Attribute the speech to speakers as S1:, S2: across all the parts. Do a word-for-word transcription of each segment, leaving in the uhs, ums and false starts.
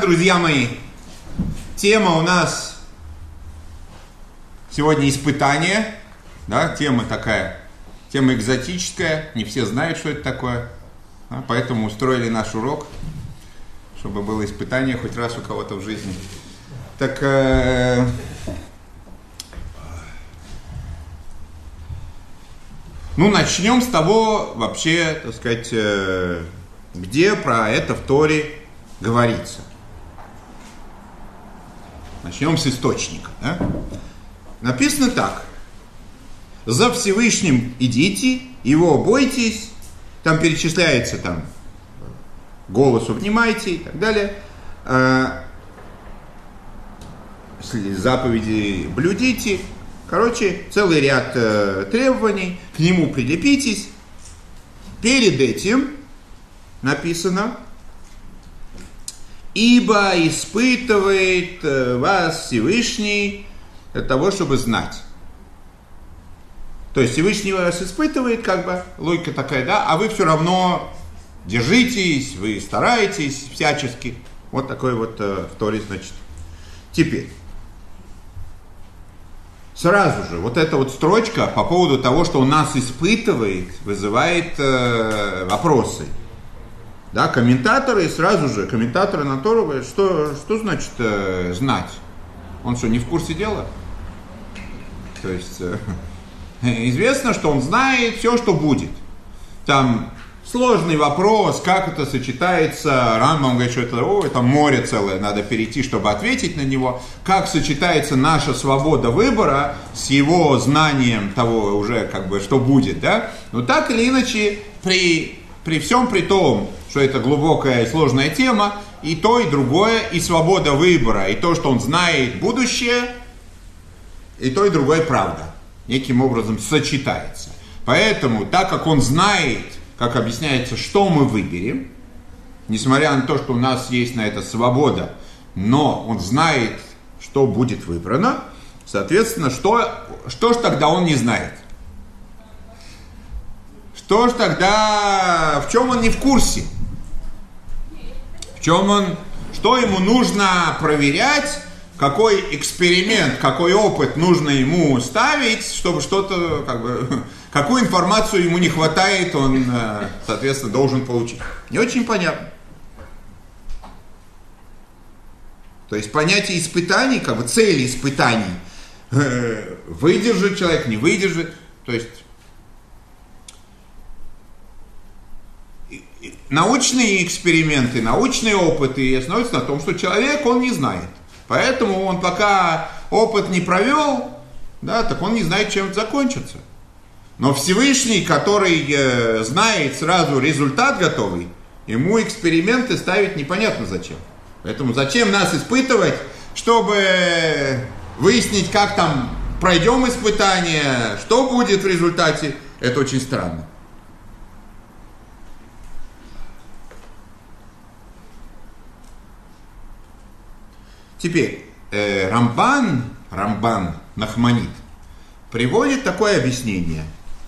S1: Друзья мои, тема у нас сегодня испытание, да, тема такая, тема экзотическая, не все знают, что это такое, да, поэтому устроили наш урок, чтобы было испытание хоть раз у кого-то в жизни. Так, э, ну, начнем с того, вообще, так сказать, э, где про это в Торе говорится. Начнем с источника. Да? Написано так. За Всевышним идите, его бойтесь. Там перечисляется там голосу внимайте и так далее. Заповеди блюдите. Короче, целый ряд э, требований. К нему прилепитесь. Перед этим написано: ибо испытывает вас Всевышний для того, чтобы знать. То есть Всевышний вас испытывает, как бы, логика такая, да, а вы все равно держитесь, вы стараетесь всячески. Вот такой вот э, в Торе, значит. Теперь, сразу же, вот эта вот строчка по поводу того, что он нас испытывает, вызывает э, вопросы. Да, комментаторы сразу же, комментаторы на Тору говорят, что, что значит э, знать? Он что, не в курсе дела? То есть, э, известно, что он знает все, что будет. Там сложный вопрос, как это сочетается, Рамбам говорит, что это, о, это море целое, надо перейти, чтобы ответить на него. Как сочетается наша свобода выбора с его знанием того уже, как бы, что будет, да? Но так или иначе, при, при всем при том, что это глубокая и сложная тема, и то, и другое, и свобода выбора, и то, что он знает будущее, и то, и другое правда. Неким образом сочетается. Поэтому, так как он знает, как объясняется, что мы выберем, несмотря на то, что у нас есть на это свобода, но он знает, что будет выбрано, соответственно, что, что ж тогда он не знает? Что ж тогда, в чем он не в курсе? В чем он, что ему нужно проверять, какой эксперимент, какой опыт нужно ему ставить, чтобы что-то, как бы, какую информацию ему не хватает, он, соответственно, должен получить. Не очень понятно. То есть понятие испытаний, как бы цели испытаний, выдержит человек, не выдержит, то есть научные эксперименты, научные опыты основываются на том, что человек, он не знает. Поэтому он пока опыт не провел, да, так он не знает, чем это закончится. Но Всевышний, который э, знает сразу результат готовый, ему эксперименты ставить непонятно зачем. Поэтому зачем нас испытывать, чтобы выяснить, как там пройдем испытание, что будет в результате, это очень странно. Теперь, э, Рамбан, Рамбан Нахманит приводит такое объяснение,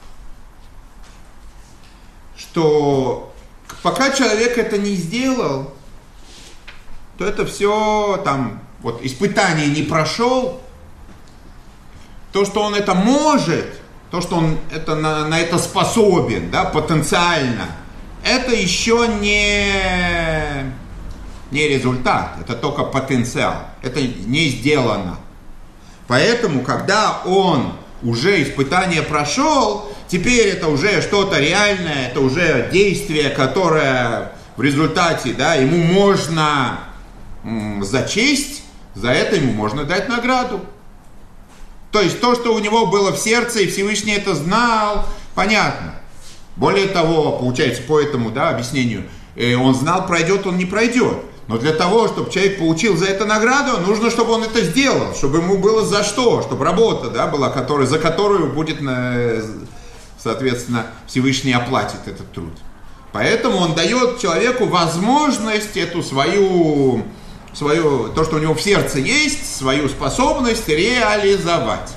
S1: что пока человек это не сделал, то это все там, вот испытание не прошел, то, что он это может, то, что он это, на, на это способен, да, потенциально, это еще не... не результат, это только потенциал, это не сделано. Поэтому, когда он уже испытание прошел, теперь это уже что-то реальное, это уже действие, которое в результате, да, ему можно м, зачесть, за это ему можно дать награду. То есть то, что у него было в сердце, и Всевышний это знал, понятно. Более того, получается, по этому, да, объяснению, э, он знал, пройдет он, не пройдет. Но для того, чтобы человек получил за это награду, нужно, чтобы он это сделал, чтобы ему было за что, чтобы работа, да, была, которая, за которую будет, соответственно, Всевышний оплатит этот труд. Поэтому он дает человеку возможность эту свою, свою, то, что у него в сердце есть, свою способность реализовать.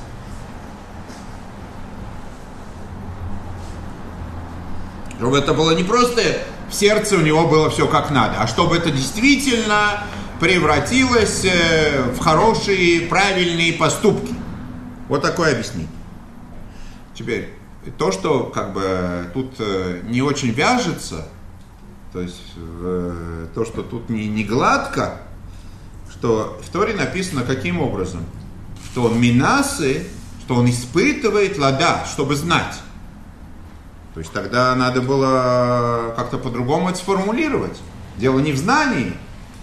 S1: Чтобы это было не просто в сердце у него было все как надо, а чтобы это действительно превратилось в хорошие, правильные поступки. Вот такое объяснение. Теперь, то, что как бы тут не очень вяжется, то есть то, что тут не, не гладко, что в Торе написано каким образом? Что он минасы, что он испытывает лада, чтобы знать. То есть тогда надо было как-то по-другому это сформулировать. Дело не в знании.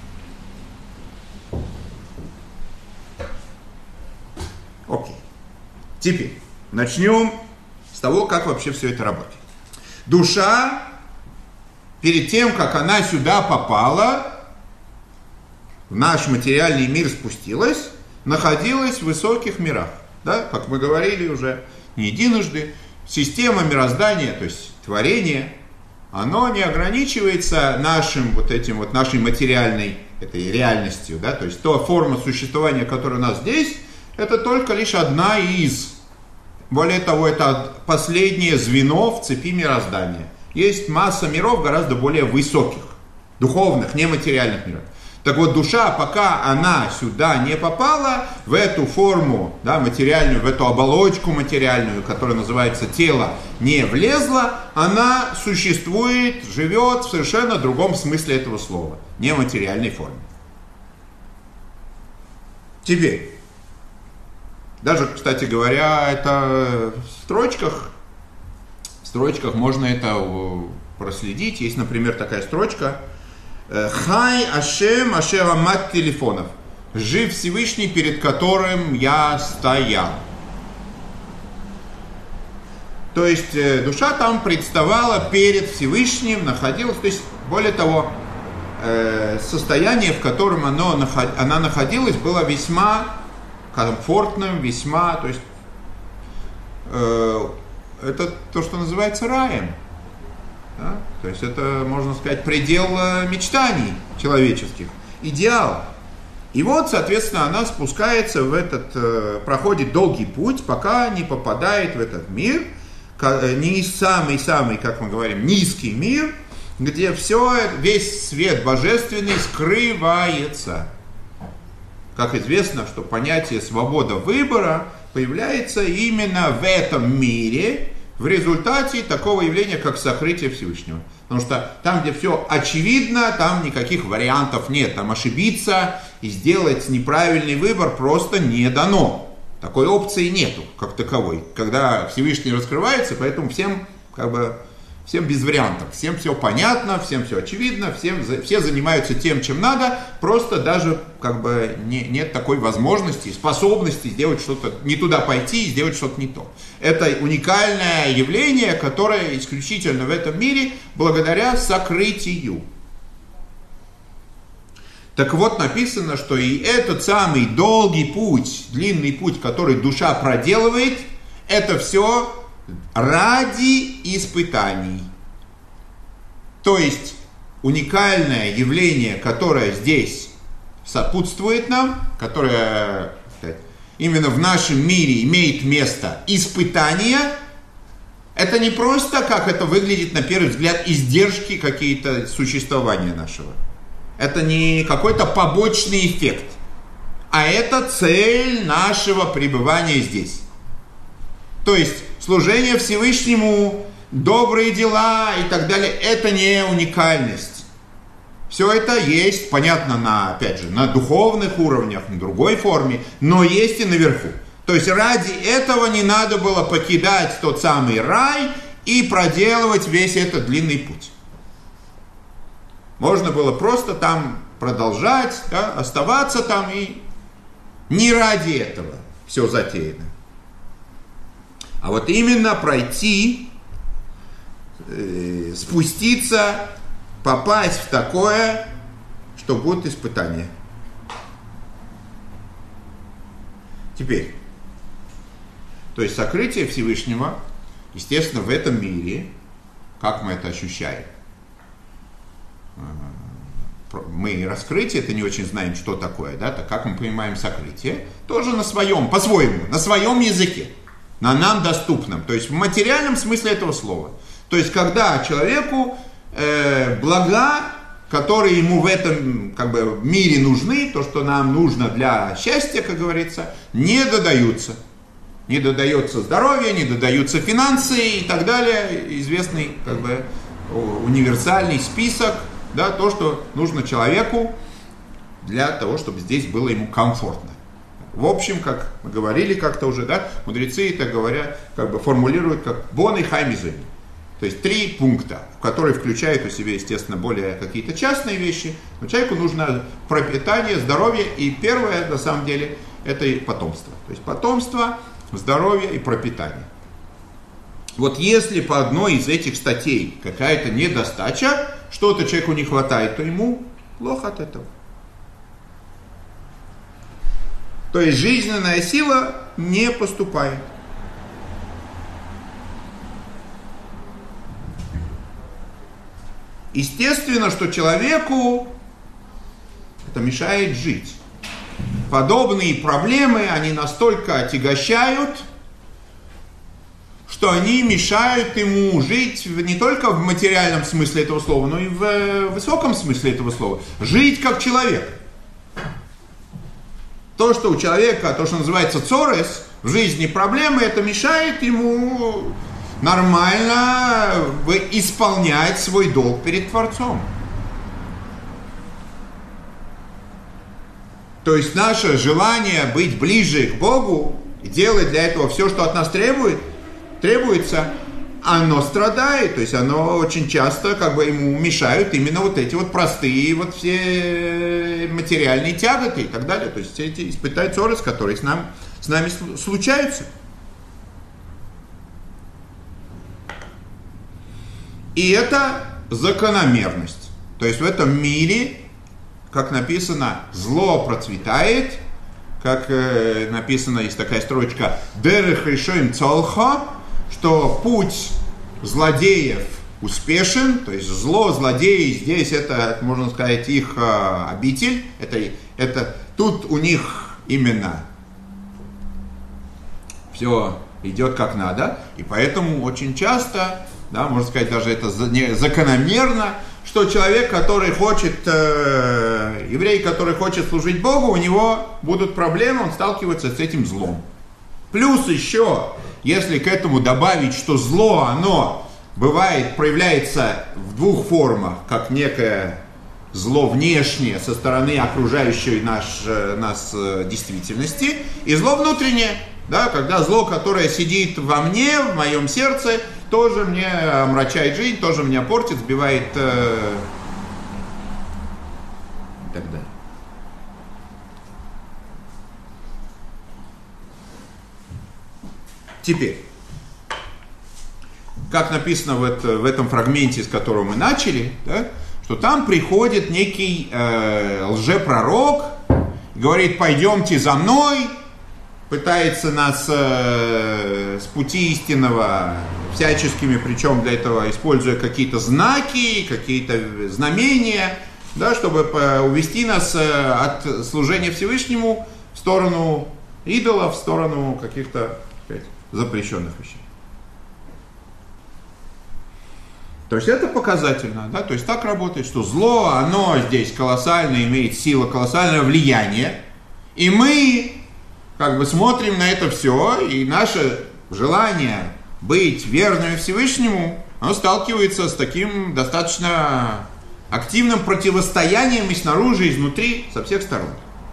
S1: Окей. Теперь начнем с того, как вообще все это работает. Душа, перед тем, как она сюда попала, в наш материальный мир спустилась, находилась в высоких мирах. Да? Как мы говорили уже не единожды, система мироздания, то есть творение, оно не ограничивается нашим вот этим вот нашей материальной этой реальностью, да, то есть та форма существования, которая у нас здесь, это только лишь одна из. Более того, это последнее звено в цепи мироздания. Есть масса миров гораздо более высоких, духовных, нематериальных миров. Так вот, душа, пока она сюда не попала, в эту форму, да, материальную, в эту оболочку материальную, которая называется тело, не влезла, она существует, живет в совершенно другом смысле этого слова, нематериальной форме. Теперь, даже, кстати говоря, это в строчках, в строчках можно это проследить. Есть, например, такая строчка: Хай Ашем Ашер Амат телефонов. Жив Всевышний, перед которым я стоял. То есть душа там представала перед Всевышним, находилась. То есть, более того, состояние, в котором оно, она находилась, было весьма комфортным, весьма, то есть это то, что называется раем. Да? То есть это, можно сказать, предел мечтаний человеческих, идеал. И вот, соответственно, она спускается в этот, проходит долгий путь, пока не попадает в этот мир, не самый-самый, как мы говорим, низкий мир, где все, весь свет божественный скрывается. Как известно, что понятие свобода выбора появляется именно в этом мире, в результате такого явления, как сокрытие Всевышнего. Потому что там, где все очевидно, там никаких вариантов нет. Там ошибиться и сделать неправильный выбор просто не дано. Такой опции нету, как таковой. Когда Всевышний раскрывается, поэтому всем, как бы, всем без вариантов. Всем все понятно, всем все очевидно, всем, все занимаются тем, чем надо. Просто даже как бы, не, нет такой возможности, способности сделать что-то, не туда пойти и сделать что-то не то. Это уникальное явление, которое исключительно в этом мире благодаря сокрытию. Так вот, написано, что и этот самый долгий путь, длинный путь, который душа проделывает, это все ради испытаний. То есть уникальное явление, которое здесь сопутствует нам, которое именно в нашем мире имеет место испытания, это не просто, как это выглядит на первый взгляд, издержки какие-то существования нашего. Это не какой-то побочный эффект, а это цель нашего пребывания здесь. То есть служение Всевышнему, добрые дела и так далее, это не уникальность. Все это есть, понятно, на, опять же, на духовных уровнях, на другой форме, но есть и наверху. То есть ради этого не надо было покидать тот самый рай и проделывать весь этот длинный путь. Можно было просто там продолжать, да, оставаться там, и не ради этого все затеяно. А вот именно пройти, э, спуститься, попасть в такое, что будет испытание. Теперь, то есть сокрытие Всевышнего, естественно, в этом мире, как мы это ощущаем? Мы раскрытие, это не очень знаем, что такое, да, так как мы понимаем сокрытие, тоже на своем, по-своему, на своем языке, на нам доступном, то есть в материальном смысле этого слова. То есть когда человеку э, блага которые ему в этом как бы, мире нужны, то, что нам нужно для счастья, как говорится, не додаются. Не додается здоровье, не додаются финансы и так далее. Известный как бы, универсальный список, да, то, что нужно человеку для того, чтобы здесь было ему комфортно. В общем, как мы говорили как-то уже, да, мудрецы это говоря, как бы формулируют как «бон и хаймизы». То есть три пункта, которые включают в себя, естественно, более какие-то частные вещи. Но человеку нужно пропитание, здоровье. И первое, на самом деле, это и потомство. То есть потомство, здоровье и пропитание. Вот если по одной из этих статей какая-то недостача, что-то человеку не хватает, то ему плохо от этого. То есть жизненная сила не поступает. Естественно, что человеку это мешает жить. Подобные проблемы, они настолько отягощают, что они мешают ему жить не только в материальном смысле этого слова, но и в высоком смысле этого слова. Жить как человек. То, что у человека, то, что называется цорес, в жизни проблемы, это мешает ему нормально исполнять свой долг перед Творцом. То есть наше желание быть ближе к Богу и делать для этого все, что от нас требует, требуется, оно страдает. То есть оно очень часто как бы ему мешают именно вот эти вот простые вот все материальные тяготы и так далее. То есть все эти испытания цорес, которые с, нам, с нами случаются. И это закономерность. То есть в этом мире, как написано, зло процветает, как э, написано, есть такая строчка «Дерех решоим цолхо», что путь злодеев успешен, то есть зло, злодеи, здесь это, можно сказать, их э, обитель, это, это, тут у них именно все идет как надо, и поэтому очень часто, да, можно сказать, даже это закономерно, что человек, который хочет, э, еврей, который хочет служить Богу, у него будут проблемы, он сталкивается с этим злом. Плюс еще, если к этому добавить, что зло, оно бывает, проявляется в двух формах, как некое зло внешнее со стороны окружающей наш, нас действительности, и зло внутреннее, да, когда зло, которое сидит во мне, в моем сердце, тоже мне омрачает жизнь, тоже меня портит, сбивает э, и так далее. Теперь, как написано в, это, в этом фрагменте, с которого мы начали, да, что там приходит некий э, лжепророк, говорит: пойдемте за мной, пытается нас э, с пути истинного всяческими, причем для этого используя какие-то знаки, какие-то знамения, да, чтобы увести нас э, от служения Всевышнему в сторону идолов, в сторону каких-то, сказать, запрещенных вещей. То есть это показательно, да, то есть так работает, что зло, оно здесь колоссально имеет силу, колоссальное влияние, и мы как бы смотрим на это все, и наше желание быть верными Всевышнему, оно сталкивается с таким достаточно активным противостоянием и снаружи, и изнутри, со всех сторон.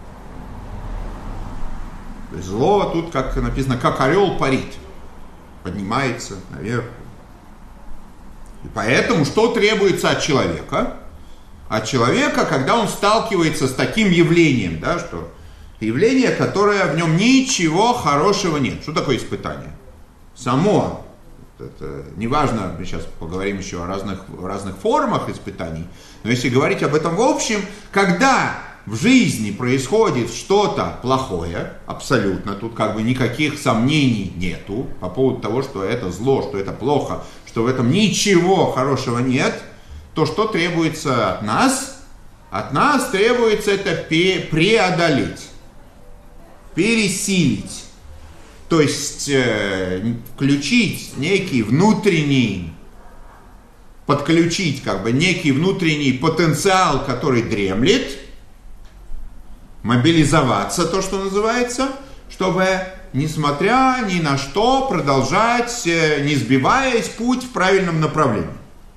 S1: То есть зло тут, как написано, как орел парит, поднимается наверх. И поэтому что требуется от человека? От человека, когда он сталкивается с таким явлением, да, что явление, которое в нем ничего хорошего нет. Что такое испытание? Само, это, неважно, мы сейчас поговорим еще о разных, разных формах испытаний, но если говорить об этом в общем, когда в жизни происходит что-то плохое, абсолютно, тут как бы никаких сомнений нету по поводу того, что это зло, что это плохо, что в этом ничего хорошего нет, то что требуется от нас? От нас требуется это преодолеть, пересилить. То есть э, включить некий внутренний подключить как бы некий внутренний потенциал, который дремлет, мобилизоваться, то, что называется, чтобы, несмотря ни на что, продолжать, не сбиваясь, путь в правильном направлении.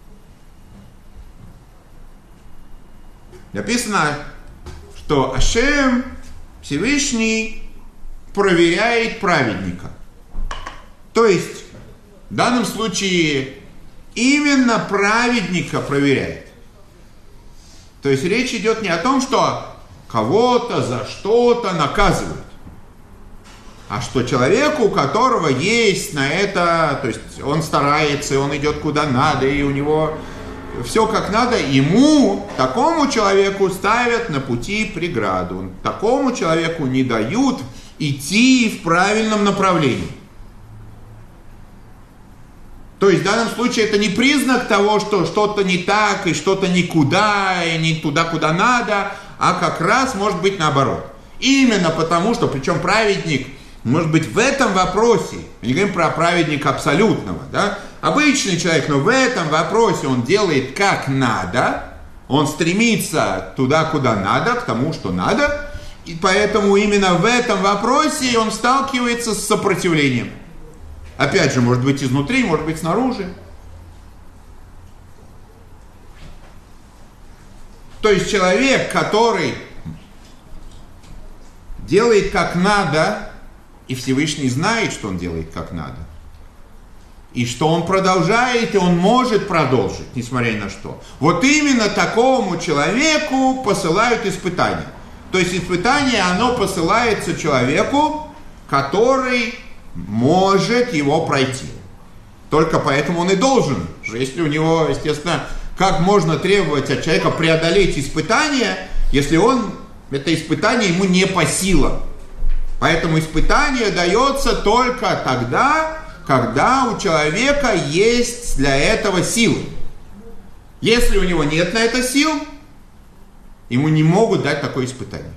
S1: Написано, что Ашем, Всевышний, проверяет праведника. То есть, в данном случае, именно праведника проверяет. То есть, речь идет не о том, что кого-то за что-то наказывают, а что человеку, у которого есть на это, то есть он старается, он идет куда надо, и у него все как надо, ему, такому человеку ставят на пути преграду, такому человеку не дают идти в правильном направлении. То есть в данном случае это не признак того, что что-то не так, и что-то никуда, и не туда, куда надо, а как раз может быть наоборот. Именно потому, что, причем праведник, может быть, в этом вопросе, мы не говорим про праведника абсолютного, да, обычный человек, но в этом вопросе он делает как надо, он стремится туда, куда надо, к тому, что надо, и поэтому именно в этом вопросе он сталкивается с сопротивлением. Опять же, может быть изнутри, может быть снаружи. То есть человек, который делает как надо, и Всевышний знает, что он делает как надо, и что он продолжает, и он может продолжить, несмотря ни на что. Вот именно такому человеку посылают испытания. То есть испытание, оно посылается человеку, который может его пройти. Только поэтому он и должен. Если у него, естественно, как можно требовать от человека преодолеть испытание, если он, это испытание ему не по силам. Поэтому испытание дается только тогда, когда у человека есть для этого силы. Если у него нет на это сил, ему не могут дать такое испытание.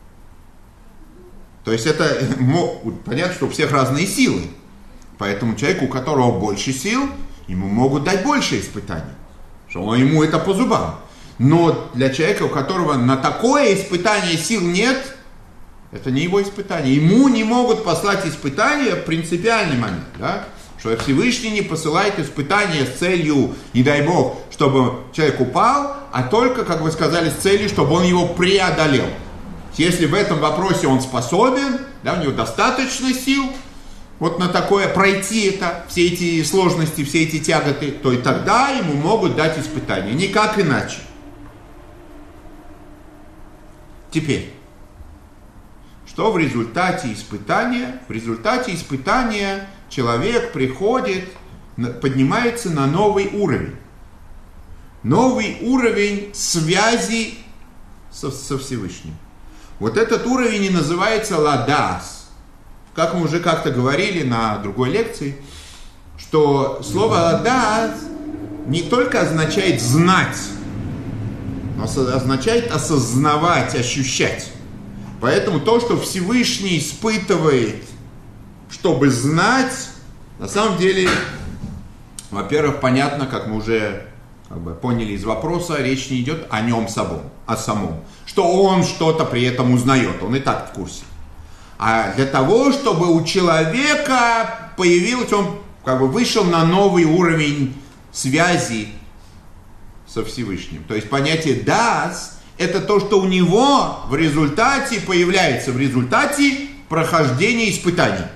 S1: То есть это, понятно, что у всех разные силы. Поэтому человеку, у которого больше сил, ему могут дать больше испытаний. Что ему это по зубам. Но для человека, у которого на такое испытание сил нет, это не его испытание. Ему не могут послать испытания, принципиальный момент, да? Что Всевышний не посылает испытания с целью, не дай Бог, чтобы человек упал, а только, как вы сказали, с целью, чтобы он его преодолел. Если в этом вопросе он способен, да, у него достаточно сил, вот на такое пройти это, все эти сложности, все эти тяготы, то и тогда ему могут дать испытания. Никак иначе. Теперь, что в результате испытания? В результате испытания человек приходит, поднимается на новый уровень. Новый уровень связи со, со Всевышним. Вот этот уровень и называется ладас. Как мы уже как-то говорили на другой лекции, что слово ладас не только означает знать, но означает осознавать, ощущать. Поэтому то, что Всевышний испытывает, чтобы знать, на самом деле, во-первых, понятно, как мы уже как бы поняли из вопроса, речь не идет о нем самом, о самом. Что он что-то при этом узнает, он и так в курсе. А для того, чтобы у человека появился, он как бы вышел на новый уровень связи со Всевышним. То есть понятие «дас» – это то, что у него в результате появляется, в результате прохождения испытаний.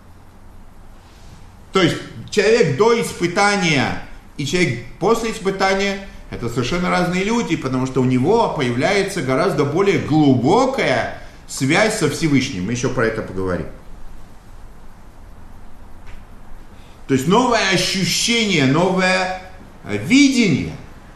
S1: То есть человек до испытания и человек после испытания – это совершенно разные люди, потому что у него появляется гораздо более глубокая связь со Всевышним. Мы еще про это поговорим. То есть новое ощущение, новое видение.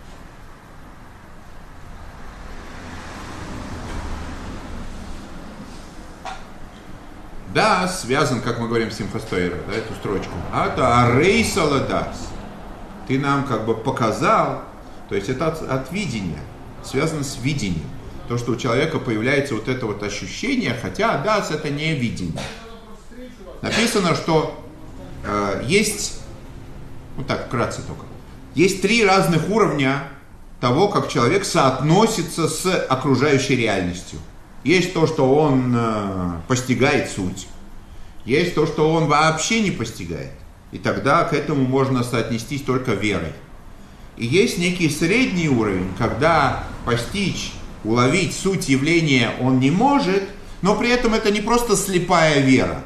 S1: Да, связан, как мы говорим, с Симхастойра, да, эту строчку. А это арейсала дас. Ты нам как бы показал, то есть это от, от видения, связано с видением. То, что у человека появляется вот это вот ощущение, хотя дас это не видение. Написано, что э, есть, вот так, вкратце только, есть три разных уровня того, как человек соотносится с окружающей реальностью. Есть то, что он э, постигает суть. Есть то, что он вообще не постигает. И тогда к этому можно соотнестись только верой. И есть некий средний уровень, когда постичь, уловить суть явления он не может, но при этом это не просто слепая вера.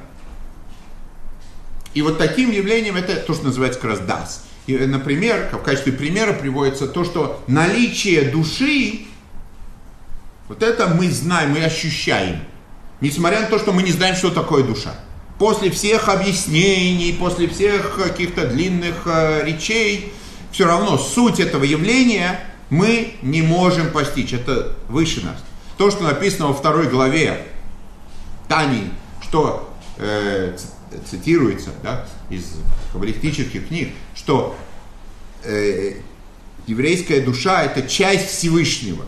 S1: И вот таким явлением это то, что называется как раз дас. И, например, в качестве примера приводится то, что наличие души, вот это мы знаем, мы ощущаем. Несмотря на то, что мы не знаем, что такое душа. После всех объяснений, после всех каких-то длинных э, речей, все равно суть этого явления мы не можем постичь. Это выше нас. То, что написано во второй главе Тани, что э, цитируется, да, из каббалистических книг, что э, еврейская душа – это часть Всевышнего.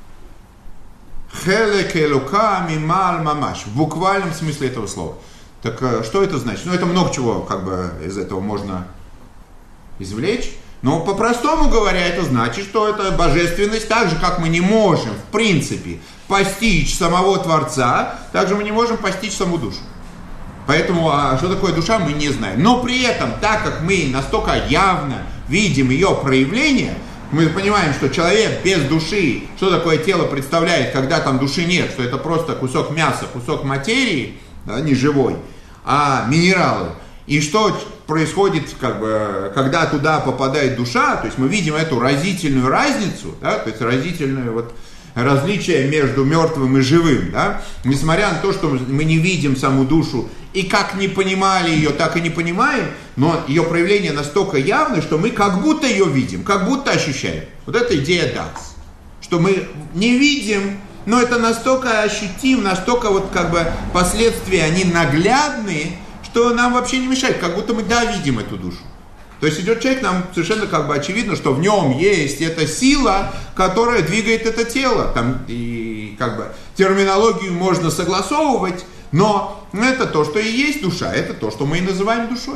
S1: Хелек элока мималь мамаш. В буквальном смысле этого слова. Так что это значит? Ну, это много чего как бы из этого можно извлечь. Но по-простому говоря, это значит, что это божественность, так же, как мы не можем, в принципе, постичь самого Творца, так же мы не можем постичь саму душу. Поэтому, а что такое душа, мы не знаем. Но при этом, так как мы настолько явно видим ее проявление, мы понимаем, что человек без души, что такое тело представляет, когда там души нет, что это просто кусок мяса, кусок материи, да, не живой, а минералы. И что происходит, как бы, когда туда попадает душа, то есть мы видим эту разительную разницу, да, то есть разительное вот различие между мертвым и живым, да, несмотря на то, что мы не видим саму душу, и как не понимали ее, так и не понимаем, но ее проявление настолько явно, что мы как будто ее видим, как будто ощущаем. Вот это идея дас, что мы не видим, но это настолько ощутим, настолько вот как бы последствия, они наглядные, что нам вообще не мешает, как будто мы, да, видим эту душу. То есть идет человек, нам совершенно как бы очевидно, что в нем есть эта сила, которая двигает это тело. Там и как бы терминологию можно согласовывать, но это то, что и есть душа, это то, что мы и называем душой.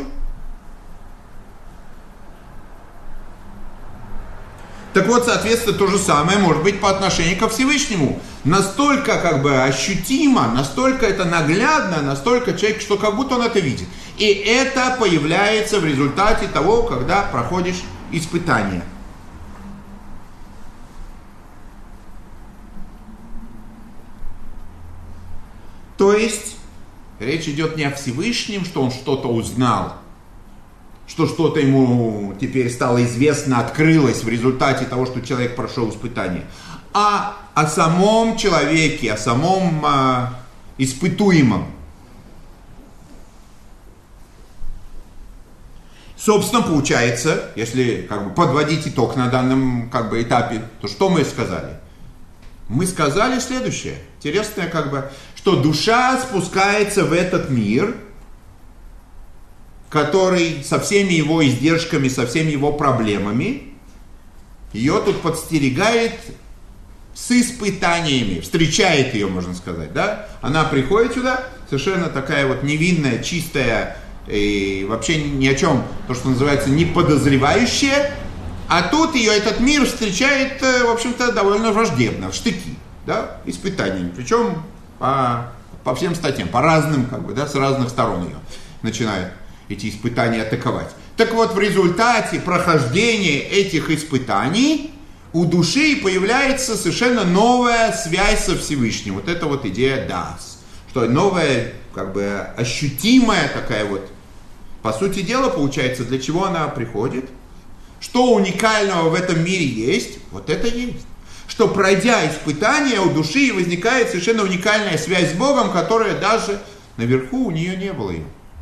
S1: Так вот, соответственно, то же самое может быть по отношению ко Всевышнему. Настолько как бы ощутимо, настолько это наглядно, настолько человек, что как будто он это видит. И это появляется в результате того, когда проходишь испытания. То есть, речь идет не о Всевышнем, что он что-то узнал, что что-то ему теперь стало известно, открылось в результате того, что человек прошел испытание, а о самом человеке, о самом а, испытуемом. Собственно, получается, если как бы подводить итог на данном как бы этапе, то что мы сказали? Мы сказали следующее, интересное как бы, что душа спускается в этот мир, который со всеми его издержками, со всеми его проблемами, ее тут подстерегает с испытаниями, встречает ее, можно сказать, да? Она приходит сюда, совершенно такая вот невинная, чистая, и вообще ни о чем, то, что называется, не подозревающая, а тут ее этот мир встречает, в общем-то, довольно враждебно, в штыки, да, испытаниями, причем по, по всем статьям, по разным, как бы, да, с разных сторон ее начинают эти испытания атаковать. Так вот, в результате прохождения этих испытаний у души появляется совершенно новая связь со Всевышним. Вот это вот идея дас. Что новая, как бы, ощутимая такая вот, по сути дела, получается, для чего она приходит? Что уникального в этом мире есть? Вот это есть. Что, пройдя испытания, у души возникает совершенно уникальная связь с Богом, которая даже наверху у нее не было ее.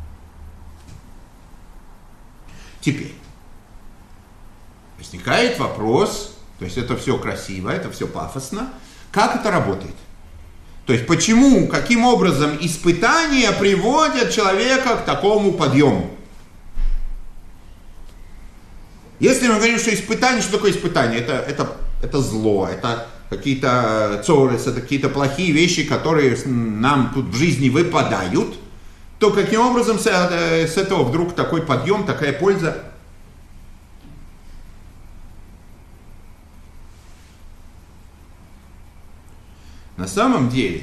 S1: Теперь возникает вопрос, то есть это все красиво, это все пафосно, как это работает? То есть почему, каким образом испытания приводят человека к такому подъему? Если мы говорим, что испытание, что такое испытание? Это, это, это зло, это какие-то цорес, это какие-то плохие вещи, которые нам тут в жизни выпадают, то каким образом с, с этого вдруг такой подъем, такая польза? самом деле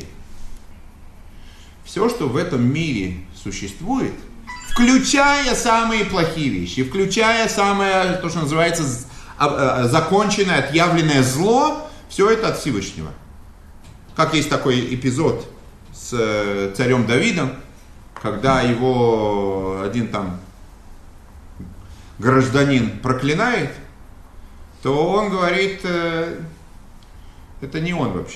S1: все, что в этом мире существует, включая самые плохие вещи, включая самое, то, что называется, законченное, отъявленное зло, все это от Всевышнего. Как есть такой эпизод с царем Давидом, когда его один там гражданин проклинает, то он говорит, это не он вообще.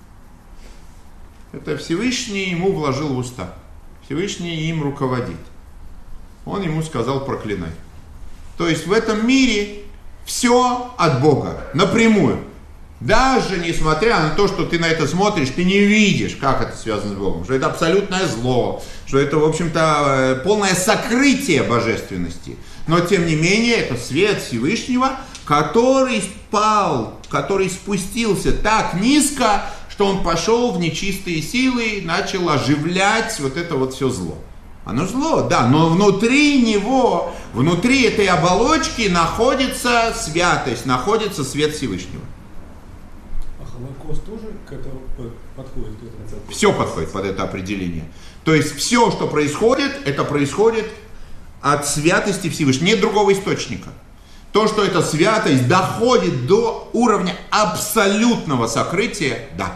S1: Это Всевышний ему вложил в уста. Всевышний им руководит. Он ему сказал проклинай. То есть в этом мире все от Бога, напрямую. Даже несмотря на то, что ты на это смотришь, ты не видишь, как это связано с Богом. Что это абсолютное зло, что это, в общем-то, полное сокрытие божественности. Но, тем не менее, это свет Всевышнего, который спал, который спустился так низко, что он пошел в нечистые силы и начал оживлять вот это вот все зло. Оно зло, да, но внутри него, внутри этой оболочки находится святость, находится свет Всевышнего.
S2: А Холокост тоже к этому подходит? К этому?
S1: Все подходит под это определение. То есть все, что происходит, это происходит от святости Всевышнего. Нет другого источника. То, что эта святость доходит до уровня абсолютного сокрытия, да.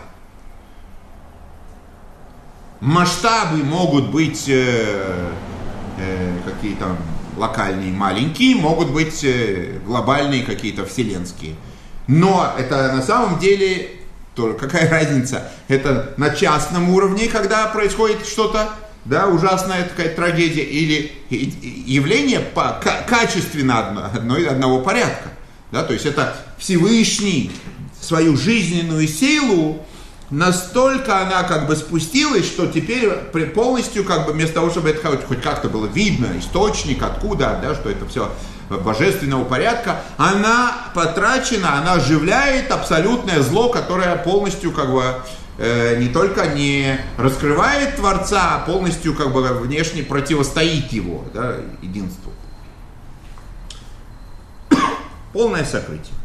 S1: Масштабы могут быть э, э, какие-то локальные, маленькие, могут быть э, глобальные, какие-то вселенские. Но это на самом деле, тоже какая разница, это на частном уровне, когда происходит что-то, да, ужасная такая трагедия, или явление по, качественно одно, одно, одного порядка. Да, то есть это Всевышний свою жизненную силу, настолько она как бы спустилась, что теперь полностью, как бы вместо того, чтобы это хоть как-то было видно, источник, откуда, да, что это все божественного порядка, она потрачена, она оживляет абсолютное зло, которое полностью как бы э, не только не раскрывает Творца, а полностью как бы внешне противостоит его, да, единству. Полное сокрытие.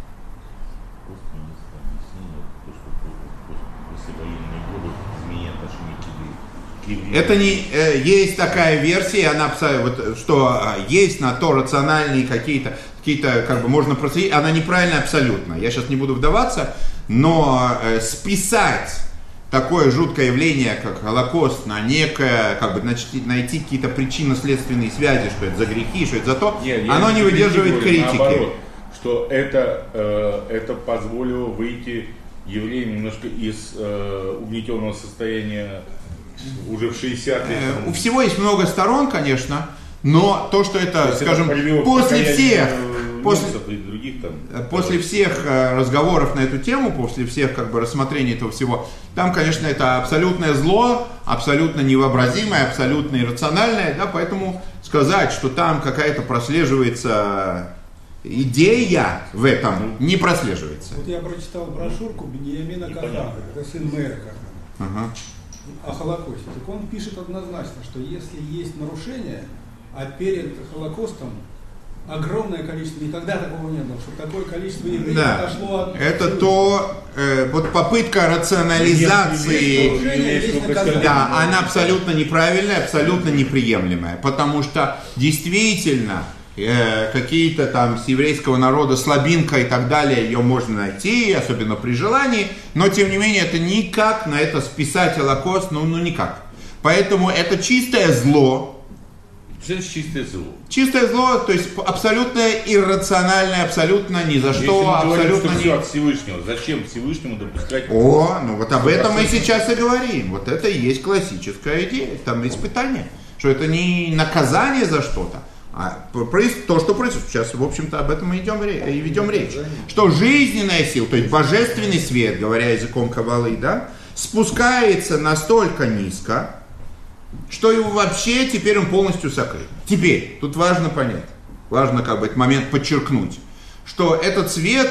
S1: Это не э, есть такая версия, она вот, что э, есть на то рациональные какие-то, какие-то как бы можно процедить, она неправильная абсолютно. Я сейчас не буду вдаваться, но э, списать такое жуткое явление, как Холокост, на некое, как бы найти, найти какие-то причинно-следственные связи, что это за грехи, что это за то,
S3: Нет,
S1: оно не выдерживает критики.
S3: Наоборот, что это, э, это позволило выйти евреям немножко из э, угнетенного состояния уже в шестидесятые.
S1: У всего есть много сторон, конечно, но то, что это, то скажем, это после всех, после,
S3: других, там,
S1: после всех разговоров на эту тему, после всех как бы рассмотрений этого всего, там, конечно, это абсолютное зло, абсолютно невообразимое, абсолютно иррациональное, да, поэтому сказать, что там какая-то прослеживается идея в этом, не прослеживается.
S2: Вот я прочитал брошюрку Беньямина Кахана, это сын мэра Кахана.
S1: Ага.
S2: О Холокосте. Так он пишет однозначно, что если есть нарушение, а перед Холокостом огромное количество, никогда такого не было, что такое количество евреев
S1: да.
S2: отошло от...
S1: Это то, э, вот попытка рационализации, да, она абсолютно неправильная, абсолютно неприемлемая, потому что действительно э, какие-то там с еврейского народа слабинка и так далее, ее можно найти, особенно при желании, но тем не менее это никак на это списать Холокост, ну, ну никак. Поэтому это чистое зло.
S3: Что это чистое зло?
S1: Чистое зло, то есть абсолютно иррациональное, абсолютно ни за что,
S3: если мы
S1: абсолютно
S3: говорим, что
S1: не...
S3: все от Всевышнего, зачем Всевышнему допускать...
S1: О, ну вот об этом мы сейчас и говорим. Вот это и есть классическая идея, там испытание, что это не наказание за что-то, а то, что происходит. Сейчас, в общем-то, об этом мы идем, и ведем речь. Что жизненная сила, то есть божественный свет, говоря языком Каббалы, да, спускается настолько низко, что его вообще теперь он полностью сокрыт. Теперь, тут важно понять, важно как бы этот момент подчеркнуть, что этот свет,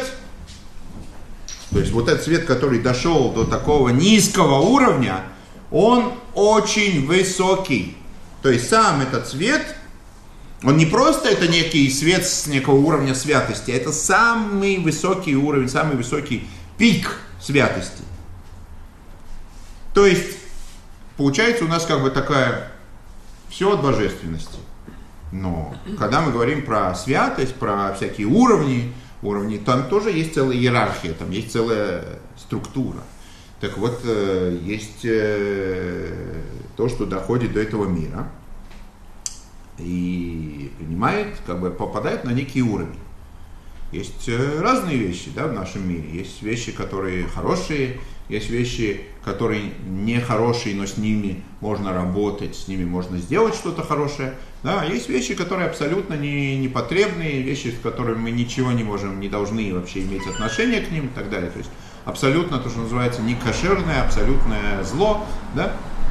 S1: то есть вот этот свет, который дошел до такого низкого уровня, он очень высокий. То есть сам этот свет, он не просто это некий свет с некого уровня святости, это самый высокий уровень, самый высокий пик святости. То есть, получается у нас как бы такая, все от божественности. Но когда мы говорим про святость, про всякие уровни, уровни, там тоже есть целая иерархия, там есть целая структура. Так вот, есть то, что доходит до этого мира и принимает, как бы попадает на некий уровень. Есть разные вещи, да, в нашем мире. Есть вещи, которые хорошие, есть вещи, которые не хорошие, но с ними можно работать, с ними можно сделать что-то хорошее. Да, есть вещи, которые абсолютно не, непотребные, вещи, с которыми мы ничего не можем, не должны вообще иметь отношения к ним и так далее. То есть абсолютно то, что называется некошерное, абсолютное зло. Да?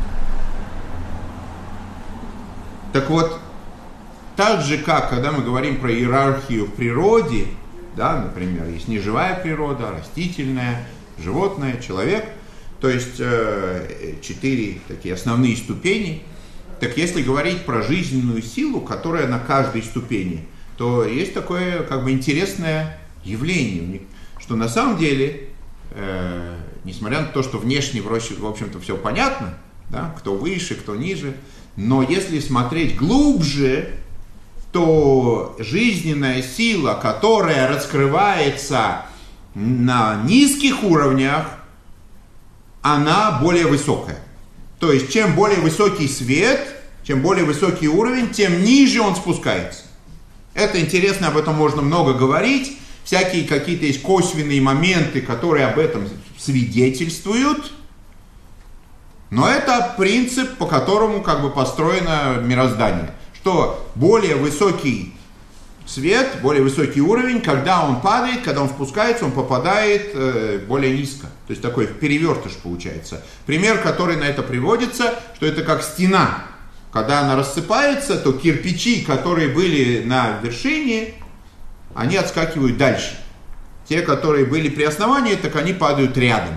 S1: Так вот, так же, как когда мы говорим про иерархию в природе, да, например, есть неживая природа, растительная, животное, человек, то есть э, четыре такие основные ступени. Так если говорить про жизненную силу, которая на каждой ступени, то есть такое как бы интересное явление, что на самом деле, э, несмотря на то, что внешне, в общем-то, все понятно, да, кто выше, кто ниже, но если смотреть глубже, то жизненная сила, которая раскрывается на низких уровнях, она более высокая. То есть, чем более высокий свет, чем более высокий уровень, тем ниже он спускается. Это интересно, об этом можно много говорить. Всякие какие-то есть косвенные моменты, которые об этом свидетельствуют. Но это принцип, по которому как бы построено мироздание. Что более высокий свет, более высокий уровень, когда он падает, когда он спускается, он попадает э, более низко. То есть такой перевертыш получается. Пример, который на это приводится, что это как стена. Когда она рассыпается, то кирпичи, которые были на вершине, они отскакивают дальше. Те, которые были при основании, так они падают рядом.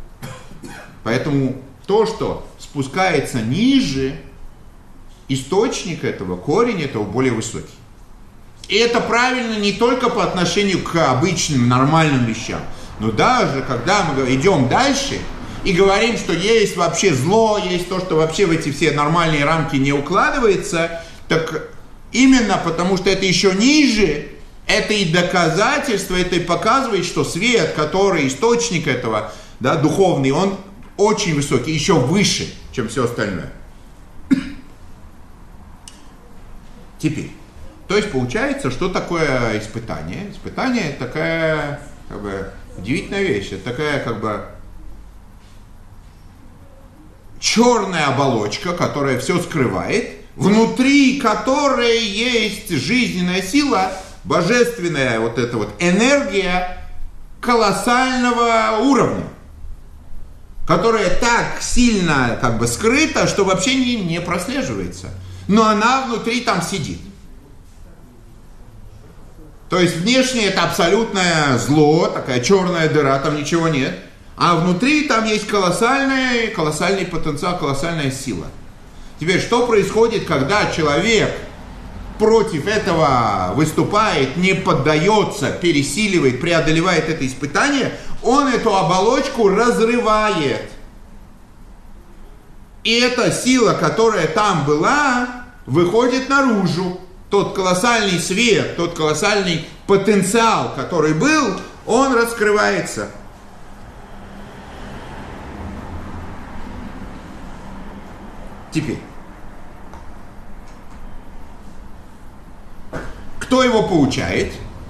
S1: Поэтому то, что спускается ниже, источник этого, корень этого более высокий. И это правильно не только по отношению к обычным нормальным вещам, но даже когда мы идем дальше и говорим, что есть вообще зло, есть то, что вообще в эти все нормальные рамки не укладывается, так именно потому что это еще ниже, это и доказательство, это и показывает, что свет, который источник этого, да, духовный, он очень высокий, еще выше, чем все остальное. Теперь, то есть получается, что такое испытание? Испытание это такая, как бы, удивительная вещь, это такая, как бы, черная оболочка, которая все скрывает, внутри которой есть жизненная сила, божественная вот эта вот энергия колоссального уровня, которая так сильно как бы скрыта, что вообще не, не прослеживается. Но она внутри там сидит. То есть внешне это абсолютное зло, такая черная дыра, там ничего нет. А внутри там есть колоссальный, колоссальный потенциал, колоссальная сила. Теперь, что происходит, когда человек против этого выступает, не поддается, пересиливает, преодолевает это испытание? Он эту оболочку разрывает. И эта сила, которая там была, выходит наружу. Тот колоссальный свет, тот колоссальный потенциал, который был, он раскрывается. Теперь, кто его получает?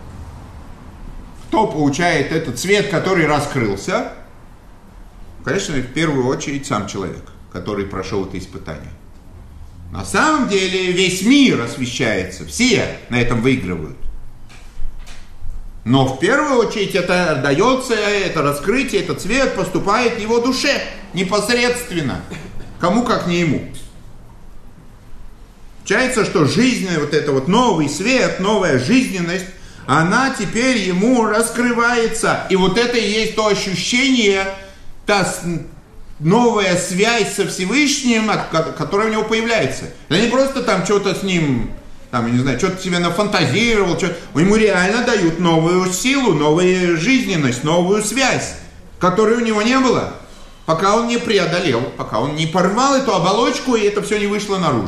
S1: Кто получает этот свет, который раскрылся? Конечно, в первую очередь сам человек, который прошел это испытание. На самом деле весь мир освещается, все на этом выигрывают. Но в первую очередь это дается, это раскрытие, этот свет поступает его душе непосредственно. Кому как не ему. Получается, что жизненный вот это вот новый свет, новая жизненность, она теперь ему раскрывается. И вот это и есть то ощущение, та новая связь со Всевышним, которая у него появляется. Это не просто там что-то с ним, там, я не знаю, что-то себе нафантазировал, что-то. Ему реально дают новую силу, новую жизненность, новую связь, которой у него не было. пока он не преодолел, пока он не порвал эту оболочку, и это все не вышло наружу.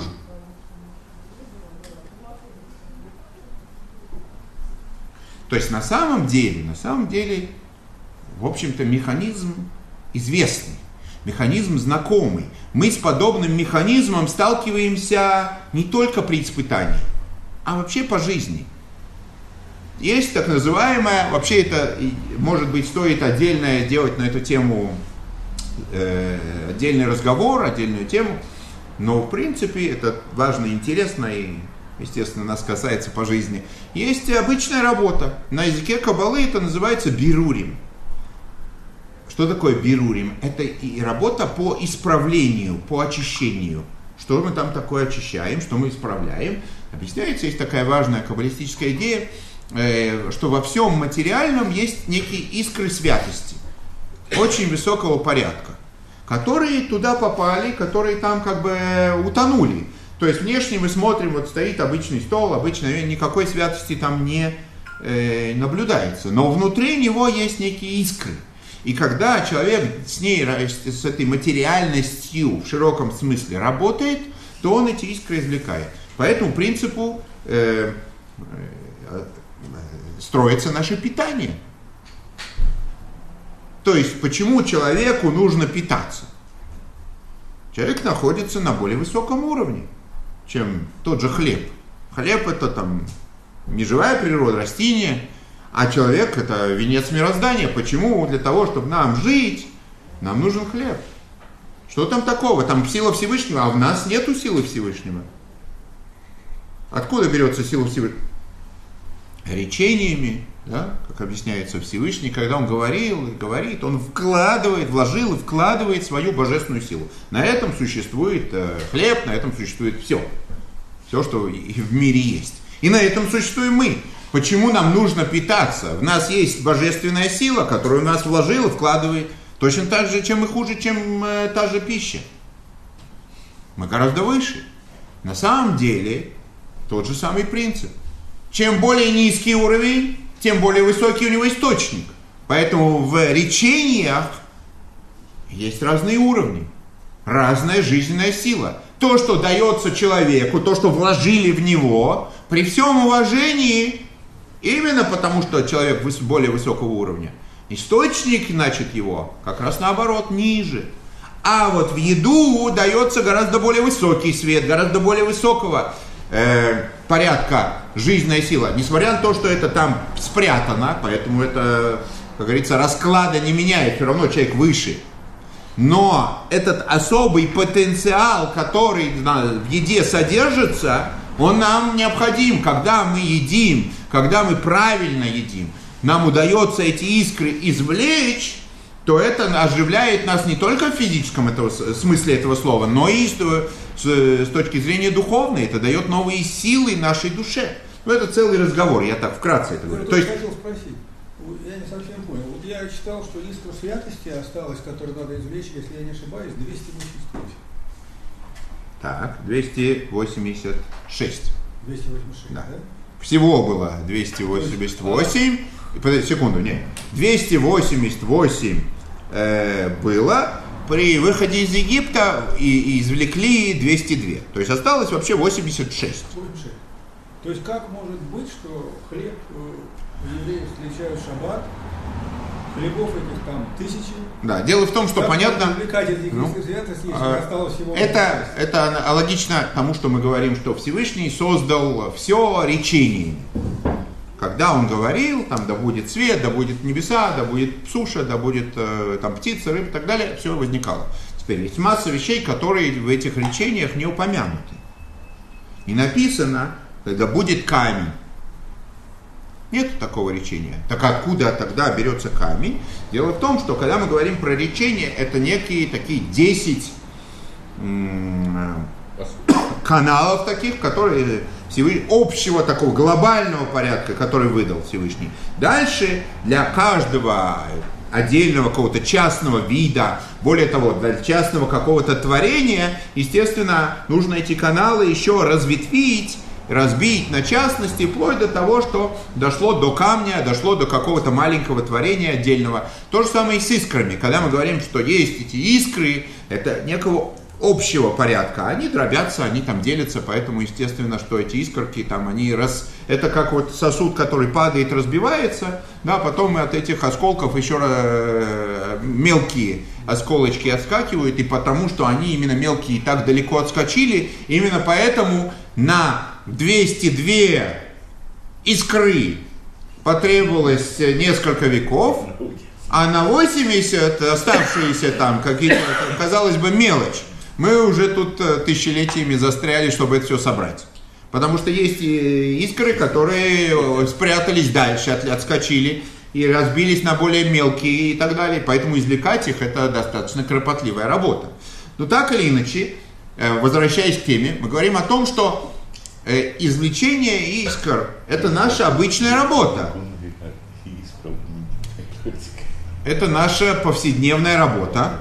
S1: То есть на самом деле, на самом деле, в общем-то, механизм известный, механизм знакомый. Мы с подобным механизмом сталкиваемся не только при испытании, а вообще по жизни. Есть так называемое, вообще это, может быть, стоит отдельно делать на эту тему э, отдельный разговор, отдельную тему, но в принципе это важно и интересно, и, естественно, нас касается по жизни. Есть обычная работа. На языке Каббалы это называется бирурим. Что такое бирурим? Это и работа по исправлению, по очищению. Что мы там такое очищаем, что мы исправляем? Объясняется, есть такая важная каббалистическая идея, что во всем материальном есть некие искры святости, очень высокого порядка, которые туда попали, которые там как бы утонули. То есть внешне мы смотрим, вот стоит обычный стол, обычно никакой святости там не э, наблюдается, но внутри него есть некие искры. И когда человек с ней, с этой материальностью в широком смысле работает, то он эти искры извлекает. По этому принципу э, э, строится наше питание. То есть, почему человеку нужно питаться? Человек находится на более высоком уровне, чем тот же хлеб. Хлеб это там не живая природа, растение, а человек это венец мироздания. Почему? Для того, чтобы нам жить, нам нужен хлеб. Что там такого? Там сила Всевышнего, а в нас нету силы Всевышнего. Откуда берется сила Всевышнего? Речениями, да, как объясняется Всевышний, когда он говорил и говорит, он вкладывает, вложил и вкладывает свою божественную силу. На этом существует э, хлеб, на этом существует все. Все, что и в мире есть. И на этом существуем мы. Почему нам нужно питаться? В нас есть божественная сила, которую нас вложил и вкладывает точно так же, чем и хуже, чем э, та же пища. Мы гораздо выше. На самом деле, тот же самый принцип. Чем более низкий уровень, тем более высокий у него источник. Поэтому в речениях есть разные уровни, разная жизненная сила. То, что дается человеку, то, что вложили в него, при всем уважении, именно потому что человек более высокого уровня, источник, значит, его как раз наоборот, ниже. А вот в еду дается гораздо более высокий свет, гораздо более высокого э, порядка жизненная сила. Несмотря на то, что это там спрятано, поэтому это, как говорится, расклада не меняет, все равно человек выше. Но этот особый потенциал, который в еде содержится, он нам необходим, когда мы едим, когда мы правильно едим. Нам удается эти искры извлечь, то это оживляет нас не только в физическом этого, смысле этого слова, но и с, с, с точки зрения духовной. Это дает новые силы нашей душе. Ну, это целый разговор, я так вкратце это говорю.
S2: Я
S1: то есть...
S2: хотел спросить, я не совсем понял. Вот я читал, что искра святости осталась, которую надо извлечь, если я не ошибаюсь, двести восемьдесят восемь.
S1: Так, двести восемьдесят шесть.
S2: двести восемьдесят шесть, да? да?
S1: Всего было двести восемьдесят восемь. Подожди, секунду, нет. двести восемьдесят восемь э, было при выходе из Египта и, и извлекли двести два. То есть осталось вообще восемьдесят шесть.
S2: восемьдесят шесть. То есть как может быть, что хлеб э, евреи встречают шаббат, хлебов этих там тысячи?
S1: Да, дело в том, что
S2: как
S1: понятно.
S2: Ну, святость,
S1: э, это, это аналогично тому, что мы говорим, что Всевышний создал все речениями. Когда он говорил, там, да будет свет, да будет небеса, да будет суша, да будет э, там птица, рыба и так далее, все возникало. Теперь есть масса вещей, которые в этих речениях не упомянуты. Не написано, когда будет камень. Нет такого речения. Так откуда тогда берется камень? Дело в том, что когда мы говорим про речение, это некие такие десять м- каналов таких, которые Всевышний, общего такого глобального порядка, который выдал Всевышний. Дальше для каждого отдельного какого-то частного вида, более того, для частного какого-то творения, естественно, нужно эти каналы еще разветвить разбить на частности, вплоть до того, что дошло до камня, дошло до какого-то маленького творения отдельного. То же самое и с искрами. Когда мы говорим, что есть эти искры, это некого общего порядка. Они дробятся, они там делятся, поэтому естественно, что эти искорки там, они раз... Это как вот сосуд, который падает, разбивается, да, потом от этих осколков еще э, мелкие осколочки отскакивают, и потому что они именно мелкие и так далеко отскочили, именно поэтому на двести две искры потребовалось несколько веков, а на восемьдесят оставшиеся там какие-то, казалось бы, мелочь, мы уже тут тысячелетиями застряли, чтобы это все собрать. Потому что есть искры, которые спрятались дальше, отскочили и разбились на более мелкие и так далее. Поэтому извлекать их — это достаточно кропотливая работа. Но так или иначе, возвращаясь к теме, мы говорим о том, что извлечение искр — это наша обычная работа. Это наша повседневная работа.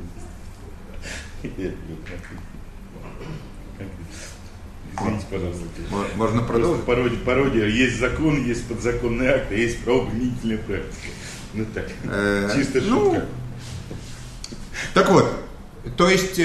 S3: Извините, пожалуйста.
S1: Можно продолжить?
S3: Пародия, пародия. Есть закон, есть подзаконный акт, а есть правоприменительная практика. Ну так, чисто шутка.
S1: Так вот, то есть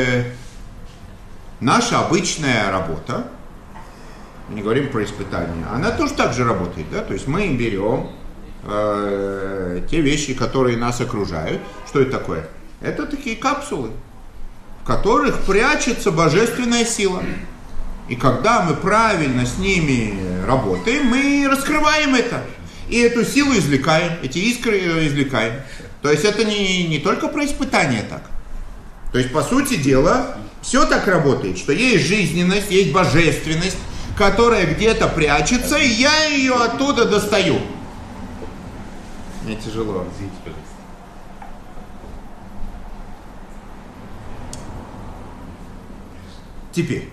S1: наша обычная работа, мы не говорим про испытания, она тоже так же работает, да? То есть мы берем э, те вещи, которые нас окружают. Что это такое? Это такие капсулы, в которых прячется божественная сила. И когда мы правильно с ними работаем, мы раскрываем это. И эту силу извлекаем, эти искры извлекаем. То есть это не, не только про испытания так. То есть, по сути дела, все так работает, что есть жизненность, есть божественность, которая где-то прячется, и я ее оттуда достаю. Мне тяжело. Теперь.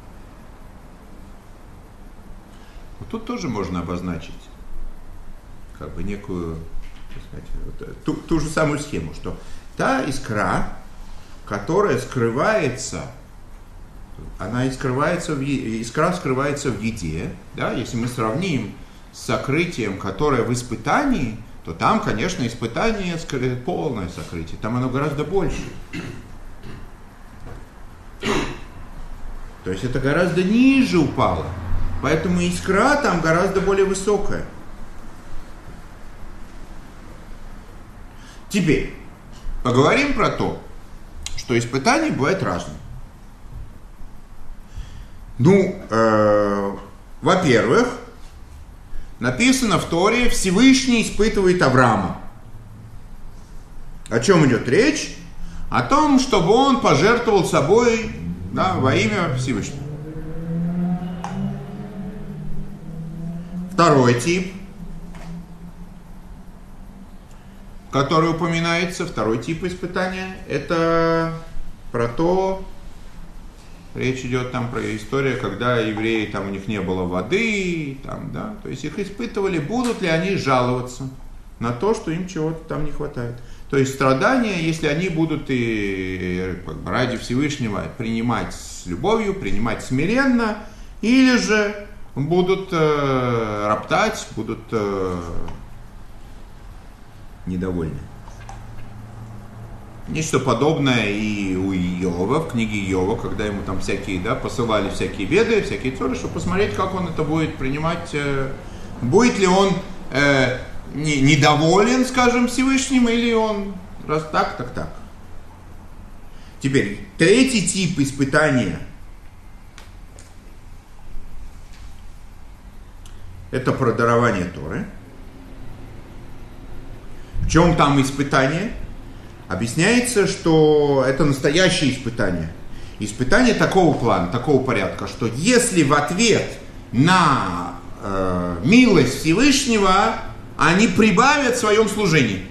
S1: Вот тут тоже можно обозначить как бы некую, так сказать, вот, ту, ту же самую схему, что та искра, которая скрывается, она и скрывается в, искра скрывается в еде, да, если мы сравним с сокрытием, которое в испытании, то там, конечно, испытание полное сокрытие, там оно гораздо больше. То есть это гораздо ниже упало, поэтому искра там гораздо более высокая. Теперь поговорим про то, что испытания бывают разные. Ну, э, во-первых, написано в Торе: Всевышний испытывает Авраама. О чем идет речь? О том, чтобы он пожертвовал собой, да, во имя Всевышнего. Второй тип, который упоминается, второй тип испытания, это про то, речь идет там про историю, когда евреи, там у них не было воды, там, да, то есть их испытывали, будут ли они жаловаться на то, что им чего-то там не хватает. То есть страдания, если они будут и как бы, ради Всевышнего принимать с любовью, принимать смиренно, или же будут э, роптать, будут э, недовольны. Нечто подобное и у Иова, в книге Иова, когда ему там всякие, да, посылали всякие беды, всякие цоры, чтобы посмотреть, как он это будет принимать, э, будет ли он э, не, недоволен, скажем, Всевышним, или он раз так, так, так. Теперь, третий тип испытания – это про дарование Торы. В чем там испытание? Объясняется, что это настоящее испытание. Испытание такого плана, такого порядка, что если в ответ на э, милость Всевышнего они прибавят в своем служении.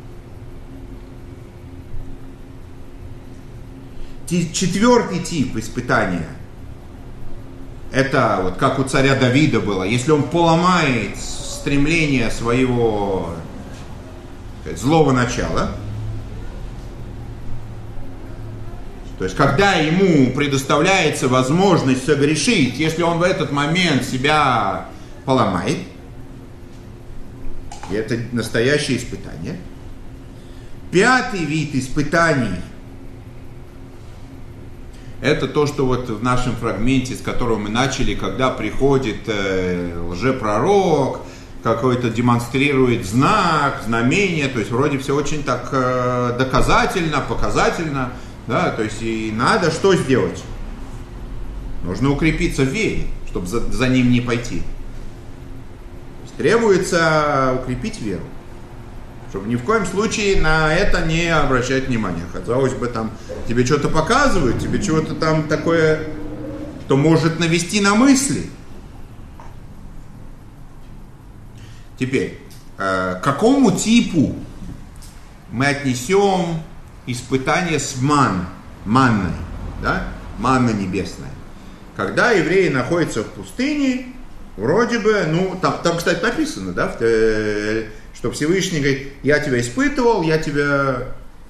S1: Четвертый тип испытания – это вот как у царя Давида было. Если он поломает стремление своего злого начала, То есть, когда ему предоставляется возможность согрешить, если он в этот момент себя поломает, и это настоящее испытание. Пятый вид испытаний – это то, что вот в нашем фрагменте, с которого мы начали, когда приходит э, лжепророк, какой-то демонстрирует знак, знамение, то есть вроде все очень так э, доказательно, показательно, да, то есть и надо что сделать? Нужно укрепиться в вере, чтобы за, за ним не пойти. То есть требуется укрепить веру, чтобы ни в коем случае на это не обращать внимания. Казалось бы, там тебе что-то показывают, тебе чего-то там такое, что может навести на мысли. Теперь, э, к какому типу мы отнесем испытание с ман, манной, да? Манна небесная. Когда евреи находятся в пустыне, вроде бы, ну, там, там кстати, написано, да, э, что Всевышний говорит, я тебя испытывал, я тебя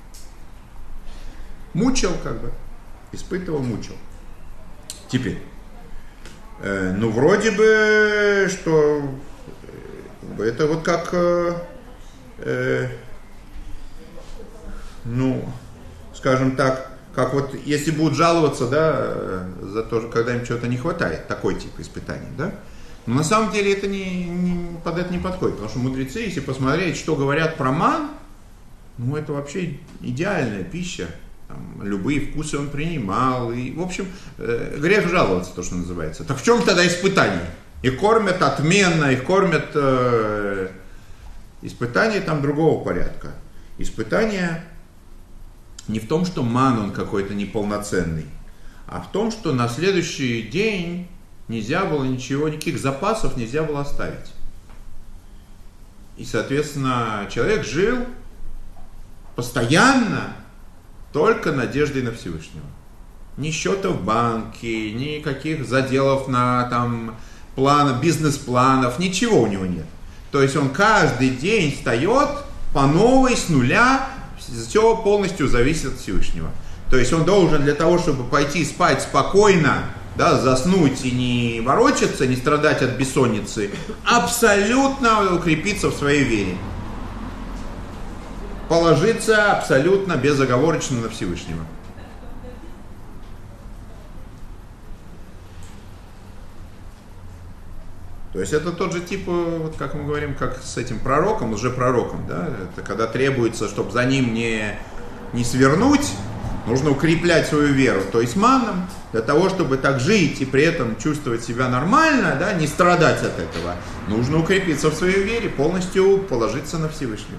S1: мучил, как бы, испытывал, мучил. Теперь, э, ну, вроде бы, что это вот как, э, э, ну, скажем так, как вот если будут жаловаться, да, за то, когда им чего-то не хватает, такой тип испытаний, да. Но на самом деле это не, не, под это не подходит, потому что мудрецы, если посмотреть, что говорят про ман, ну, это вообще идеальная пища. Там, любые вкусы он принимал, и, в общем, э, грех жаловаться, то, что называется. Так в чем тогда испытание? Их кормят отменно, их кормят... Э, испытания там другого порядка. Испытание не в том, что ман он какой-то неполноценный, а в том, что на следующий день нельзя было ничего, никаких запасов нельзя было оставить. И, соответственно, человек жил постоянно только надеждой на Всевышнего. Ни счета в банке, никаких заделов на там, плана, бизнес-планов, ничего у него нет. То есть он каждый день встает по новой, с нуля, все полностью зависит от Всевышнего. То есть он должен для того, чтобы пойти спать спокойно, да, заснуть и не ворочаться, не страдать от бессонницы, абсолютно укрепиться в своей вере. Положиться абсолютно безоговорочно на Всевышнего. То есть это тот же тип, вот как мы говорим, как с этим пророком, лжепророком, да, это когда требуется, чтобы за ним не, не свернуть, нужно укреплять свою веру, то есть маном, для того, чтобы так жить и при этом чувствовать себя нормально, да, не страдать от этого, нужно укрепиться в своей вере, полностью положиться на Всевышнего.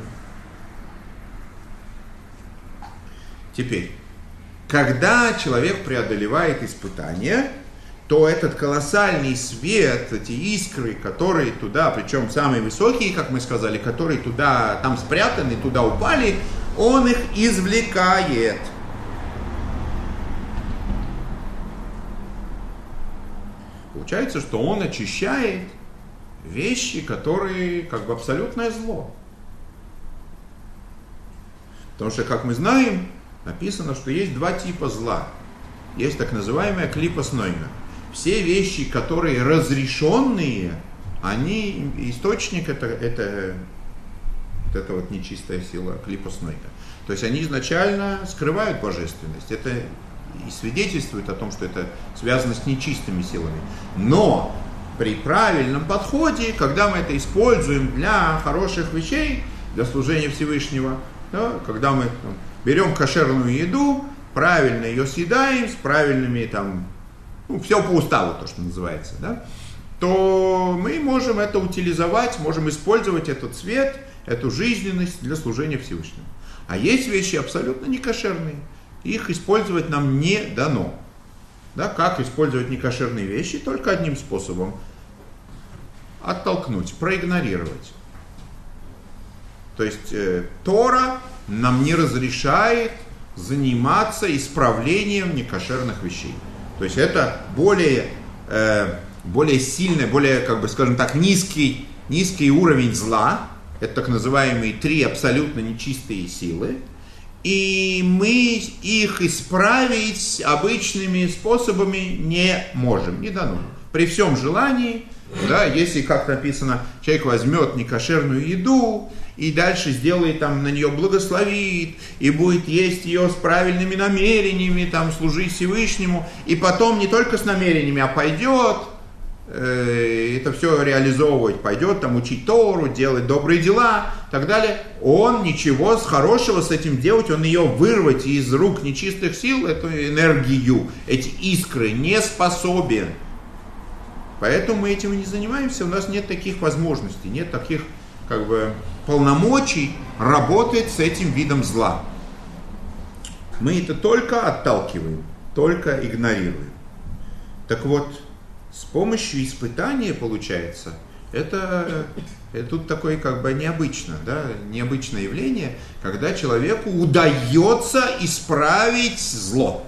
S1: Теперь, когда человек преодолевает испытания, то этот колоссальный свет, эти искры, которые туда, причем самые высокие, как мы сказали, которые туда, там спрятаны, туда упали, он их извлекает. Получается, что он очищает вещи, которые как бы абсолютное зло. Потому что, как мы знаем, написано, что есть два типа зла. Есть так называемая клипас нойга. Все вещи, которые разрешенные, они, источник это, это, вот это вот нечистая сила, клипас нойга. То есть они изначально скрывают божественность. Это и свидетельствует о том, что это связано с нечистыми силами. Но при правильном подходе, когда мы это используем для хороших вещей, для служения Всевышнего, да, когда мы там, берем кошерную еду, правильно ее съедаем, с правильными там, ну, все по уставу, то, что называется, да, то мы можем это утилизовать, можем использовать этот свет, эту жизненность для служения Всевышнему. А есть вещи абсолютно некошерные, их использовать нам не дано. Да, как использовать некошерные вещи? Только одним способом. Оттолкнуть, проигнорировать. То есть э, Тора нам не разрешает заниматься исправлением некошерных вещей. То есть это более, э, более сильный, более, как бы, скажем так, низкий, низкий уровень зла. Это так называемые три абсолютно нечистые силы. и мы их исправить обычными способами не можем, не дано. При всем желании, да, если, как написано, человек возьмет некошерную еду и дальше сделает там на нее благословит, и будет есть ее с правильными намерениями, там, служить Всевышнему, и потом не только с намерениями, а пойдет э, это все реализовывать, пойдет там учить Тору, делать добрые дела и так далее, он ничего с хорошего с этим делать, он ее вырвать из рук нечистых сил, эту энергию, эти искры не способен. Поэтому мы этим и не занимаемся, у нас нет таких возможностей, нет таких как бы полномочий работать с этим видом зла. Мы это только отталкиваем, только игнорируем. Так вот, с помощью испытания, получается, это, это тут такое как бы необычно, да, необычное явление, когда человеку удается исправить зло.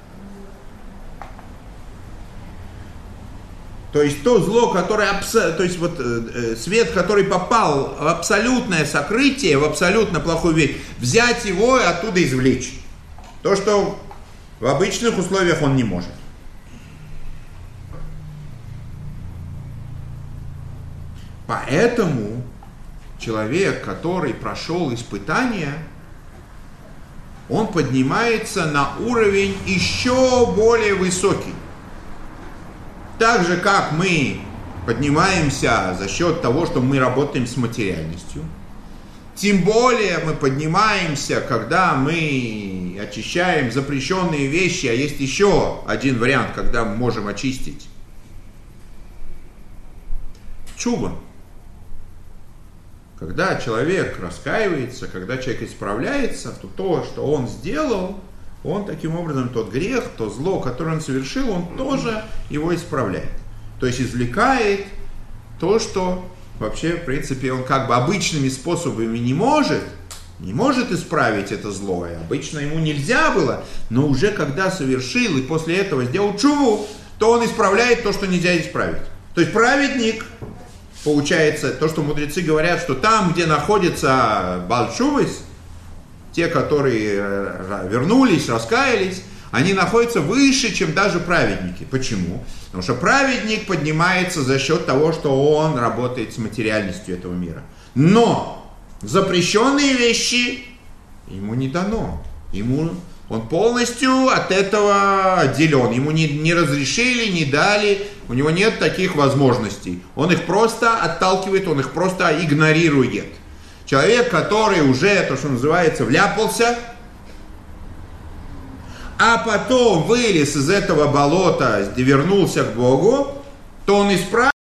S1: То есть то зло, которое, то есть вот э, свет, который попал в абсолютное сокрытие, в абсолютно плохую вещь, взять его и оттуда извлечь. То, что в обычных условиях он не может. Поэтому человек, который прошел испытания, он поднимается на уровень еще более высокий. Так же, как мы поднимаемся за счет того, что мы работаем с материальностью, тем более мы поднимаемся, когда мы очищаем запрещенные вещи, а есть еще один вариант, когда мы можем очистить. Чува. Когда человек раскаивается, когда человек исправляется, то то, что он сделал, он таким образом тот грех, то зло, которое он совершил, он тоже его исправляет. То есть извлекает то, что вообще, в принципе, он как бы обычными способами не может, не может исправить это зло. И обычно ему нельзя было, но уже когда совершил и после этого сделал чуву, то он исправляет то, что нельзя исправить. То есть праведник, получается, то, что мудрецы говорят, что там, где находится Баал Тшувас, те, которые вернулись, раскаялись, они находятся выше, чем даже праведники. Почему? Потому что праведник поднимается за счет того, что он работает с материальностью этого мира. Но запрещенные вещи ему не дано. Ему, он полностью от этого отделен. Ему не, не разрешили, не дали, у него нет таких возможностей. Он их просто отталкивает, он их просто игнорирует. Человек, который уже, то, что называется, вляпался, а потом вылез из этого болота и вернулся к Богу, то он исправит